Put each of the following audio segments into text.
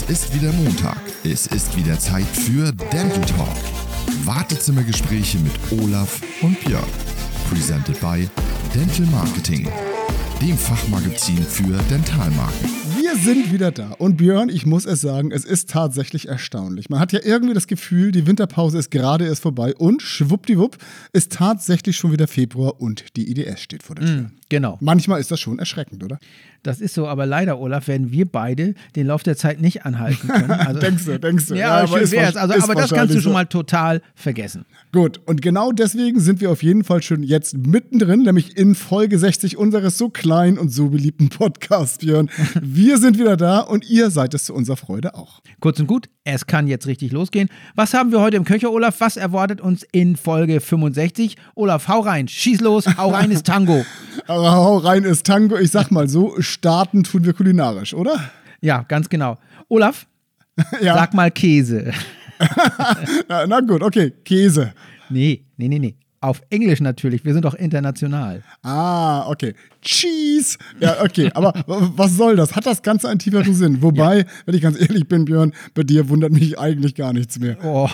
ist wieder Montag. Es ist wieder Zeit für Dental Talk. Wartezimmergespräche mit Olaf und Björn. Presented by Dental Marketing, dem Fachmagazin für Dentalmarken. Wir sind wieder da. Und Björn, ich muss es sagen, es ist tatsächlich erstaunlich. Man hat ja irgendwie das Gefühl, die Winterpause ist gerade erst vorbei und schwuppdiwupp ist tatsächlich schon wieder Februar und die IDS steht vor der Tür. Genau. Manchmal ist das schon erschreckend, oder? Das ist so, aber leider, Olaf, werden wir beide den Lauf der Zeit nicht anhalten können. Also, denkst du. Ja, schön wär's. Aber das kannst du schon mal total vergessen. Gut, und genau deswegen sind wir auf jeden Fall schon jetzt mittendrin, nämlich in Folge 60 unseres so kleinen und so beliebten Podcasts, Björn. Wir sind wieder da und ihr seid es zu unserer Freude auch. Kurz und gut, es kann jetzt richtig losgehen. Was haben wir heute im Köcher, Olaf? Was erwartet uns in Folge 65? Olaf, hau rein, schieß los, hau rein ist Tango. Aber hau rein ist Tango. Ich sag mal so, starten tun wir kulinarisch, oder? Ja, ganz genau. Olaf, Ja. sag mal Käse. Na gut, okay, Käse. Nee. Auf Englisch natürlich, wir sind doch international. Ah, okay. Cheese. Ja, okay, aber was soll das? Hat das Ganze einen tieferen Sinn? Wobei, wenn ich ganz ehrlich bin, Björn, bei dir wundert mich eigentlich gar nichts mehr. Oh,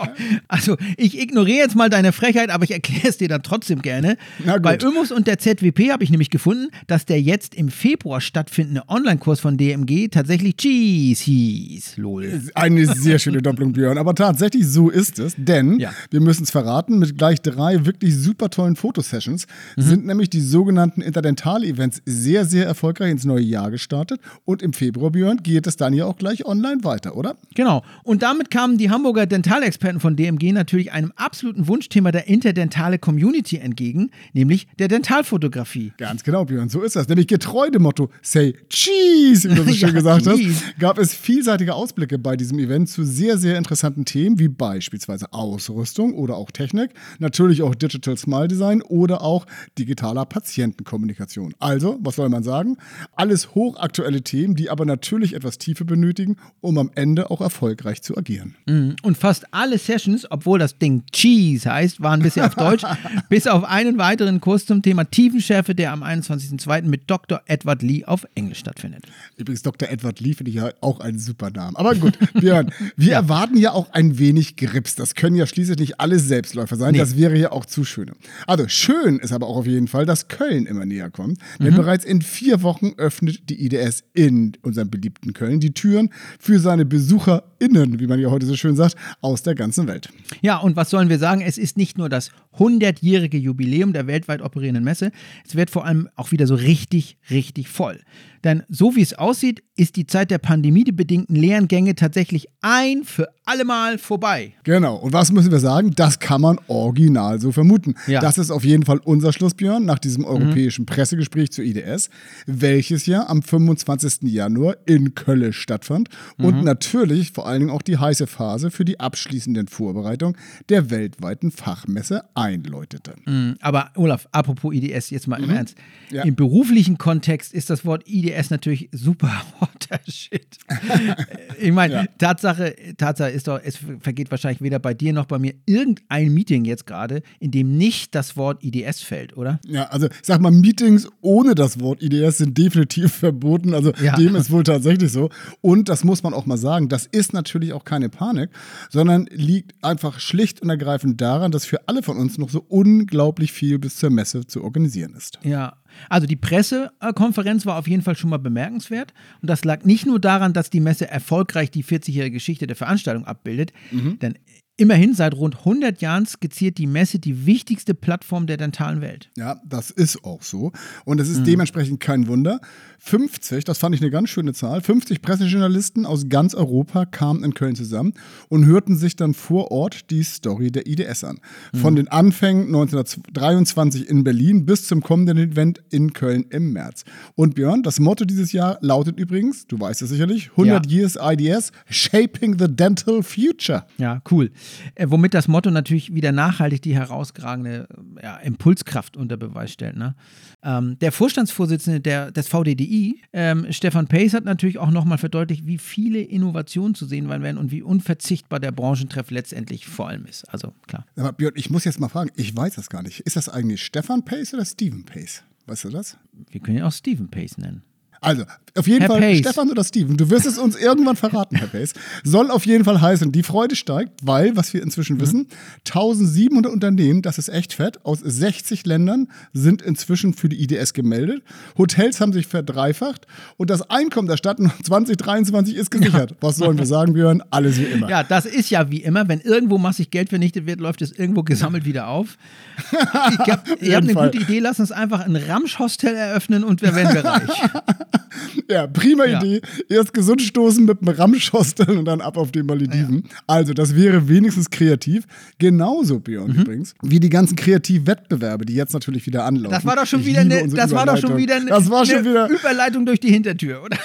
also ich ignoriere jetzt mal deine Frechheit, aber ich erkläre es dir dann trotzdem gerne. Na gut. Bei Ömus und der ZWP habe ich nämlich gefunden, dass der jetzt im Februar stattfindende Online-Kurs von DMG tatsächlich Cheese hieß. Lol. Eine sehr schöne Doppelung, Björn. Aber tatsächlich so ist es, denn wir müssen es verraten, mit gleich 3 wirklich super tollen Fotosessions sind nämlich die sogenannten Interdental-Events sehr, sehr erfolgreich ins neue Jahr gestartet. Und im Februar, Björn, geht es dann ja auch gleich online weiter, oder? Genau. Und damit kamen die Hamburger Dentalexperten von DMG natürlich einem absoluten Wunschthema der interdentale Community entgegen, nämlich der Dentalfotografie. Ganz genau, Björn, so ist das. Nämlich getreu dem Motto Say Cheese, wie du so schön gesagt hast, gab es vielseitige Ausblicke bei diesem Event zu sehr, sehr interessanten Themen, wie beispielsweise Ausrüstung oder auch Technik, natürlich auch Digital Smile Design oder auch digitaler Patientenkommunikation. Also, was soll man sagen? Alles hochaktuelle Themen, die aber natürlich etwas Tiefe benötigen, um am Ende auch erfolgreich zu agieren. Und fast alle Sessions, obwohl das Ding Cheese heißt, waren bisher auf Deutsch, bis auf einen weiteren Kurs zum Thema Tiefenschärfe, der am 21.02. mit Dr. Edward Lee auf Englisch stattfindet. Übrigens, Dr. Edward Lee finde ich ja auch einen super Namen. Aber gut, Björn, wir erwarten ja auch ein wenig Grips. Das können ja schließlich nicht alle Selbstläufer sein. Nee. Das wäre ja auch zu schön. Also schön ist aber auch auf jeden Fall, dass Köln immer näher kommt. Denn bereits in 4 Wochen öffnet die IDS in unserem beliebten Köln die Türen für seine BesucherInnen, wie man ja heute so schön sagt, aus der ganzen Welt. Ja, und was sollen wir sagen? Es ist nicht nur das 100-jährige Jubiläum der weltweit operierenden Messe, es wird vor allem auch wieder so richtig, richtig voll. Denn so wie es aussieht, ist die Zeit der pandemiebedingten leeren Gänge tatsächlich ein für alle Mal vorbei. Genau. Und was müssen wir sagen? Das kann man original so vermuten. Ja. Das ist auf jeden Fall unser Schluss, Björn, nach diesem europäischen Pressegespräch zur IDS, welches ja am 25. Januar in Köln stattfand und natürlich vor allen Dingen auch die heiße Phase für die abschließenden Vorbereitungen der weltweiten Fachmesse einläutete. Aber Olaf, apropos IDS, jetzt mal im Ernst. Ja. Im beruflichen Kontext ist das Wort IDS natürlich super hotter Shit. Ich meine, Tatsache ist doch, es vergeht wahrscheinlich weder bei dir noch bei mir irgendein Meeting jetzt gerade, in dem nicht das Wort IDS fällt, oder? Ja, also sag mal, Meetings ohne das Wort IDS sind definitiv verboten. Also dem ist wohl tatsächlich so. Und das muss man auch mal sagen, das ist natürlich auch keine Panik, sondern liegt einfach schlicht und ergreifend daran, dass für alle von uns noch so unglaublich viel bis zur Messe zu organisieren ist. Ja, also die Pressekonferenz war auf jeden Fall schon mal bemerkenswert und das lag nicht nur daran, dass die Messe erfolgreich die 40-jährige Geschichte der Veranstaltung abbildet, denn immerhin seit rund 100 Jahren skizziert die Messe die wichtigste Plattform der dentalen Welt. Ja, das ist auch so und es ist dementsprechend kein Wunder. 50, das fand ich eine ganz schöne Zahl, 50 Pressejournalisten aus ganz Europa kamen in Köln zusammen und hörten sich dann vor Ort die Story der IDS an. Von den Anfängen 1923 in Berlin bis zum kommenden Event in Köln im März. Und Björn, das Motto dieses Jahr lautet übrigens, du weißt es sicherlich, 100 Years IDS, Shaping the Dental Future. Ja, cool. Womit das Motto natürlich wieder nachhaltig die herausragende Impulskraft unter Beweis stellt. Ne? Der Vorstandsvorsitzende des VDDI, Stefan Pace, hat natürlich auch nochmal verdeutlicht, wie viele Innovationen zu sehen werden und wie unverzichtbar der Branchentreff letztendlich vor allem ist. Also klar. Aber Björn, ich muss jetzt mal fragen, ich weiß das gar nicht. Ist das eigentlich Stefan Pace oder Stephen Pace? Weißt du das? Wir können ihn auch Stephen Pace nennen. Also, auf jeden Herr Fall, Pace. Stefan oder Steven, du wirst es uns irgendwann verraten, Herr Pace. Soll auf jeden Fall heißen, die Freude steigt, weil, was wir inzwischen wissen, 1700 Unternehmen, das ist echt fett, aus 60 Ländern sind inzwischen für die IDS gemeldet. Hotels haben sich verdreifacht und das Einkommen der Stadt 2023 ist gesichert. Ja. Was sollen wir sagen, Björn? Alles wie immer. Ja, das ist ja wie immer. Wenn irgendwo massig Geld vernichtet wird, läuft es irgendwo gesammelt wieder auf. Ihr habt eine gute Idee, lasst uns einfach ein Ramsch-Hostel eröffnen und wir werden reich. Ja, prima Idee. Erst gesund stoßen mit einem Ramsch-Hostel und dann ab auf die Malediven. Ja. Also, das wäre wenigstens kreativ. Genauso, Björn, übrigens, wie die ganzen Kreativwettbewerbe, die jetzt natürlich wieder anlaufen. Das war doch schon wieder eine Überleitung durch die Hintertür, oder?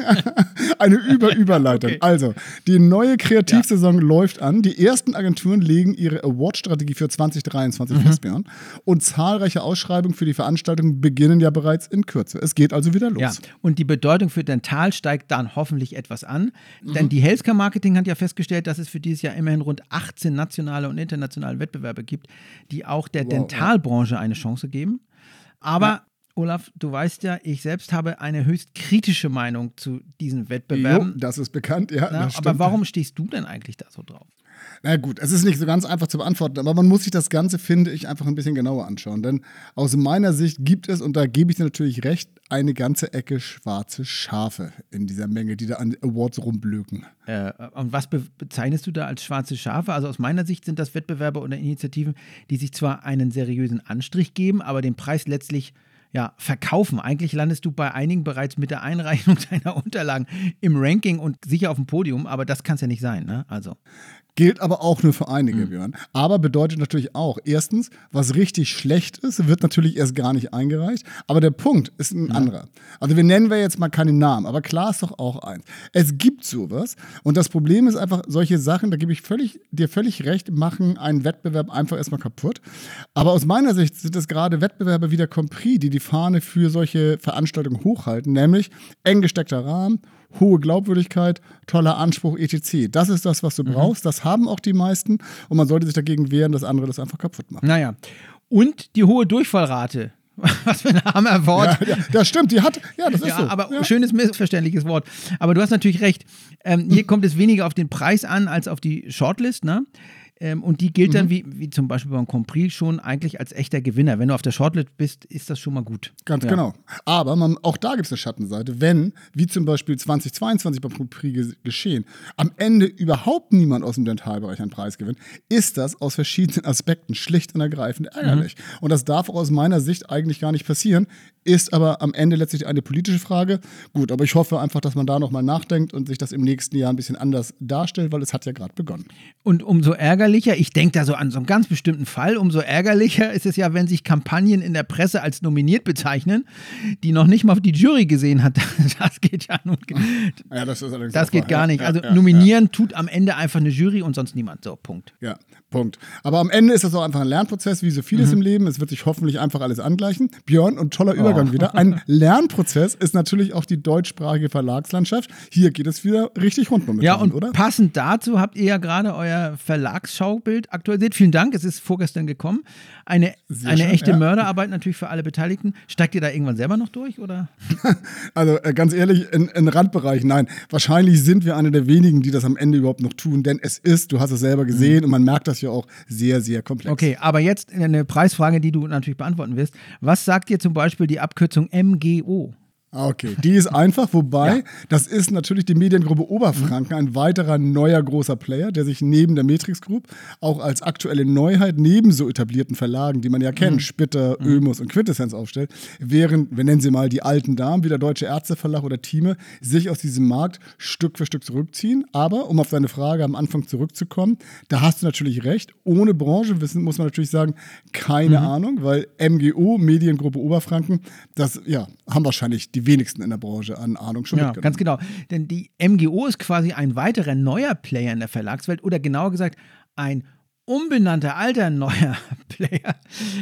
Eine Überleitung. Okay. Also, die neue Kreativsaison läuft an. Die ersten Agenturen legen ihre Award-Strategie für 2023 fest, Björn. Und zahlreiche Ausschreibungen für die Veranstaltung beginnen ja bereits in Kürze. Es geht also wieder los. Ja, und die Bedeutung für Dental steigt dann hoffentlich etwas an. Denn die Healthcare Marketing hat ja festgestellt, dass es für dieses Jahr immerhin rund 18 nationale und internationale Wettbewerbe gibt, die auch der Dentalbranche eine Chance geben. Aber Olaf, du weißt ja, ich selbst habe eine höchst kritische Meinung zu diesen Wettbewerben. Jo, das ist bekannt, ja. Das aber warum stehst du denn eigentlich da so drauf? Na gut, es ist nicht so ganz einfach zu beantworten, aber man muss sich das Ganze, finde ich, einfach ein bisschen genauer anschauen. Denn aus meiner Sicht gibt es, und da gebe ich dir natürlich recht, eine ganze Ecke schwarze Schafe in dieser Menge, die da an Awards rumblöken. Und was bezeichnest du da als schwarze Schafe? Also aus meiner Sicht sind das Wettbewerbe oder Initiativen, die sich zwar einen seriösen Anstrich geben, aber den Preis letztlich verkaufen. Eigentlich landest du bei einigen bereits mit der Einreichung deiner Unterlagen im Ranking und sicher auf dem Podium, aber das kann es ja nicht sein, ne? Also. Gilt aber auch nur für einige, Björn. Aber bedeutet natürlich auch, erstens, was richtig schlecht ist, wird natürlich erst gar nicht eingereicht. Aber der Punkt ist ein anderer. Also wir nennen jetzt mal keine Namen, aber klar ist doch auch eins. Es gibt sowas und das Problem ist einfach, solche Sachen, da gebe ich dir völlig recht, machen einen Wettbewerb einfach erstmal kaputt. Aber aus meiner Sicht sind es gerade Wettbewerbe wie der Compris, die Fahne für solche Veranstaltungen hochhalten, nämlich eng gesteckter Rahmen, hohe Glaubwürdigkeit, toller Anspruch, etc. Das ist das, was du brauchst. Das haben auch die meisten. Und man sollte sich dagegen wehren, dass andere das einfach kaputt machen. Naja. Und die hohe Durchfallrate. Was für ein Hammerwort. Ja, das stimmt. Die hat, das ist so. Aber schönes, missverständliches Wort. Aber du hast natürlich recht. Hier kommt es weniger auf den Preis an, als auf die Shortlist, ne? Und die gilt dann, wie zum Beispiel beim Compris, schon eigentlich als echter Gewinner. Wenn du auf der Shortlist bist, ist das schon mal gut. Ganz genau. Aber auch da gibt es eine Schattenseite. Wenn, wie zum Beispiel 2022 beim Compris geschehen, am Ende überhaupt niemand aus dem Dentalbereich einen Preis gewinnt, ist das aus verschiedenen Aspekten schlicht und ergreifend ärgerlich. Und das darf auch aus meiner Sicht eigentlich gar nicht passieren, ist aber am Ende letztlich eine politische Frage. Gut, aber ich hoffe einfach, dass man da nochmal nachdenkt und sich das im nächsten Jahr ein bisschen anders darstellt, weil es hat ja gerade begonnen. Und umso ärgerlicher, ich denke da so an so einen ganz bestimmten Fall, umso ärgerlicher ist es ja, wenn sich Kampagnen in der Presse als nominiert bezeichnen, die noch nicht mal die Jury gesehen hat. Das geht ja nun. Ja, das geht gar nicht. Also nominieren tut am Ende einfach eine Jury und sonst niemand. So, Punkt. Ja, Punkt. Aber am Ende ist das auch einfach ein Lernprozess, wie so vieles im Leben. Es wird sich hoffentlich einfach alles angleichen. Björn, und toller Übergang wieder. Ein Lernprozess ist natürlich auch die deutschsprachige Verlagslandschaft. Hier geht es wieder richtig rund momentan, ja, und oder? Passend dazu habt ihr ja gerade euer Verlagsschaubild aktualisiert. Vielen Dank, es ist vorgestern gekommen. Eine echte Mörderarbeit natürlich für alle Beteiligten. Steigt ihr da irgendwann selber noch durch, oder? Also ganz ehrlich, in Randbereich, nein. Wahrscheinlich sind wir eine der wenigen, die das am Ende überhaupt noch tun, denn es ist, du hast es selber gesehen und man merkt das ja auch, sehr, sehr komplex. Okay, aber jetzt eine Preisfrage, die du natürlich beantworten wirst. Was sagt dir zum Beispiel die Abkürzung MGO? Okay, die ist einfach, wobei, das ist natürlich die Mediengruppe Oberfranken, ein weiterer neuer großer Player, der sich neben der Matrix Group auch als aktuelle Neuheit neben so etablierten Verlagen, die man ja kennt, Spitter, Oemus und Quintessenz aufstellt, während, wir nennen sie mal die alten Damen, wie der Deutsche Ärzteverlag oder Thieme, sich aus diesem Markt Stück für Stück zurückziehen. Aber, um auf deine Frage am Anfang zurückzukommen, da hast du natürlich recht, ohne Branchenwissen muss man natürlich sagen, keine Ahnung, weil MGO, Mediengruppe Oberfranken, das, haben wahrscheinlich die wenigsten in der Branche an Ahnung schon mitgenommen. Ganz genau. Denn die MGO ist quasi ein weiterer neuer Player in der Verlagswelt oder genauer gesagt ein umbenannter alter neuer Player.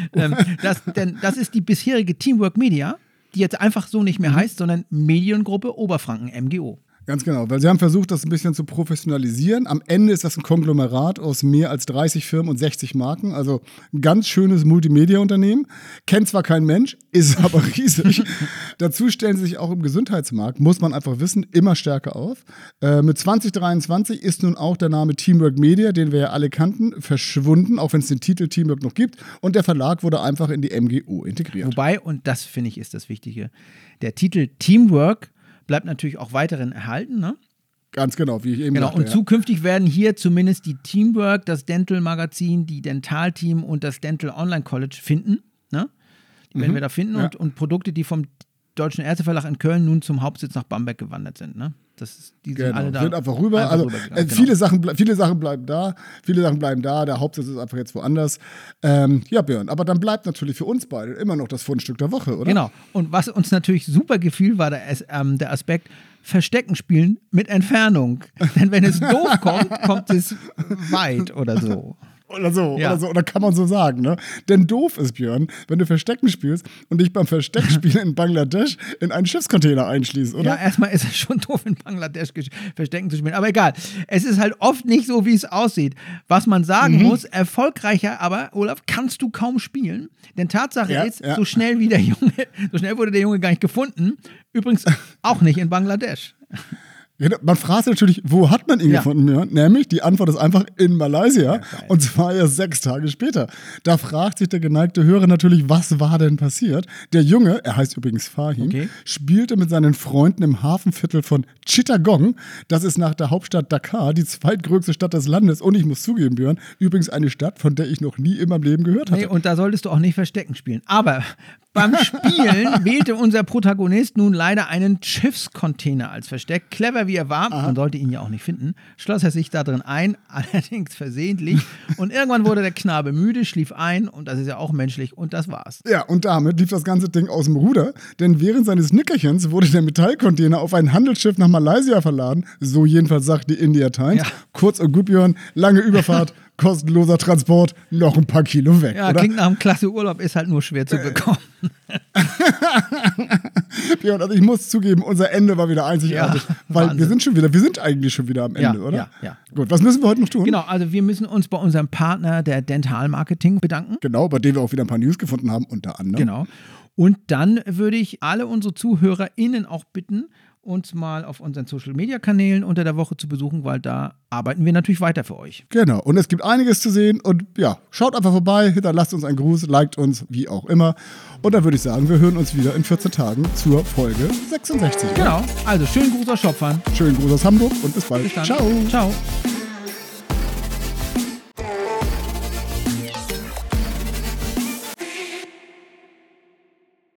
Das ist die bisherige Teamwork Media, die jetzt einfach so nicht mehr heißt, sondern Mediengruppe Oberfranken, MGO. Ganz genau, weil sie haben versucht, das ein bisschen zu professionalisieren. Am Ende ist das ein Konglomerat aus mehr als 30 Firmen und 60 Marken. Also ein ganz schönes Multimedia-Unternehmen. Kennt zwar kein Mensch, ist aber riesig. Dazu stellen sie sich auch im Gesundheitsmarkt, muss man einfach wissen, immer stärker auf. Mit 2023 ist nun auch der Name Teamwork Media, den wir ja alle kannten, verschwunden, auch wenn es den Titel Teamwork noch gibt. Und der Verlag wurde einfach in die MGO integriert. Wobei, und das finde ich ist das Wichtige, der Titel Teamwork bleibt natürlich auch weiterhin erhalten, ne? Ganz genau, wie ich eben sagte. Und zukünftig werden hier zumindest die Teamwork, das Dental Magazin, die Dental Team und das Dental Online College finden, ne? Die werden wir da finden und Produkte, die vom Deutschen Ärzteverlag in Köln nun zum Hauptsitz nach Bamberg gewandert sind, ne? Die sind alle da. Sind einfach rüber. Also viele Sachen bleiben da. Viele Sachen bleiben da. Der Hauptsitz ist einfach jetzt woanders. Ja, Björn, aber dann bleibt natürlich für uns beide immer noch das Fundstück der Woche, oder? Genau. Und was uns natürlich super gefiel, war der Aspekt Verstecken spielen mit Entfernung. Denn wenn es doof kommt, kommt es weit oder so. Oder so, oder kann man so sagen, ne? Denn doof ist, Björn, wenn du Verstecken spielst und dich beim Versteckspielen in Bangladesch in einen Schiffscontainer einschließt, oder? Ja, erstmal ist es schon doof, in Bangladesch Verstecken zu spielen. Aber egal, es ist halt oft nicht so, wie es aussieht. Was man sagen muss, erfolgreicher, aber, Olaf, kannst du kaum spielen. Denn Tatsache ist, so schnell wurde der Junge gar nicht gefunden. Übrigens auch nicht in Bangladesch. Ja, man fragt sich natürlich, wo hat man ihn gefunden? Ja, nämlich, die Antwort ist einfach in Malaysia und zwar erst 6 Tage später. Da fragt sich der geneigte Hörer natürlich, was war denn passiert? Der Junge, er heißt übrigens Fahim, spielte mit seinen Freunden im Hafenviertel von Chittagong. Das ist nach der Hauptstadt Dakar, die zweitgrößte Stadt des Landes. Und ich muss zugeben, Björn, übrigens eine Stadt, von der ich noch nie in meinem Leben gehört hatte. Nee, und da solltest du auch nicht Verstecken spielen. Aber beim Spielen wählte unser Protagonist nun leider einen Schiffscontainer als Versteck. Clever wie er war, man sollte ihn ja auch nicht finden, schloss er sich da drin ein, allerdings versehentlich. Und irgendwann wurde der Knabe müde, schlief ein und das ist ja auch menschlich und das war's. Ja, und damit lief das ganze Ding aus dem Ruder, denn während seines Nickerchens wurde der Metallcontainer auf ein Handelsschiff nach Malaysia verladen. So jedenfalls sagt die India Times. Ja. Kurz und gut, Björn, lange Überfahrt, kostenloser Transport, noch ein paar Kilo weg, ja, oder? Klingt nach einem klasse Urlaub, ist halt nur schwer zu bekommen. Björn, also ich muss zugeben, unser Ende war wieder einzigartig, weil Wahnsinn. wir sind eigentlich schon wieder am Ende, oder? Ja. Gut, was müssen wir heute noch tun? Genau, also wir müssen uns bei unserem Partner der Dental Marketing bedanken. Genau, bei dem wir auch wieder ein paar News gefunden haben, unter anderem. Genau. Und dann würde ich alle unsere ZuhörerInnen auch bitten, uns mal auf unseren Social-Media-Kanälen unter der Woche zu besuchen, weil da arbeiten wir natürlich weiter für euch. Genau, und es gibt einiges zu sehen und ja, schaut einfach vorbei, hinterlasst uns einen Gruß, liked uns, wie auch immer. Und dann würde ich sagen, wir hören uns wieder in 14 Tagen zur Folge 66. Genau, also schönen Gruß aus Schopfern. Schönen Gruß aus Hamburg und bis bald. Bis dann. Ciao. Ciao.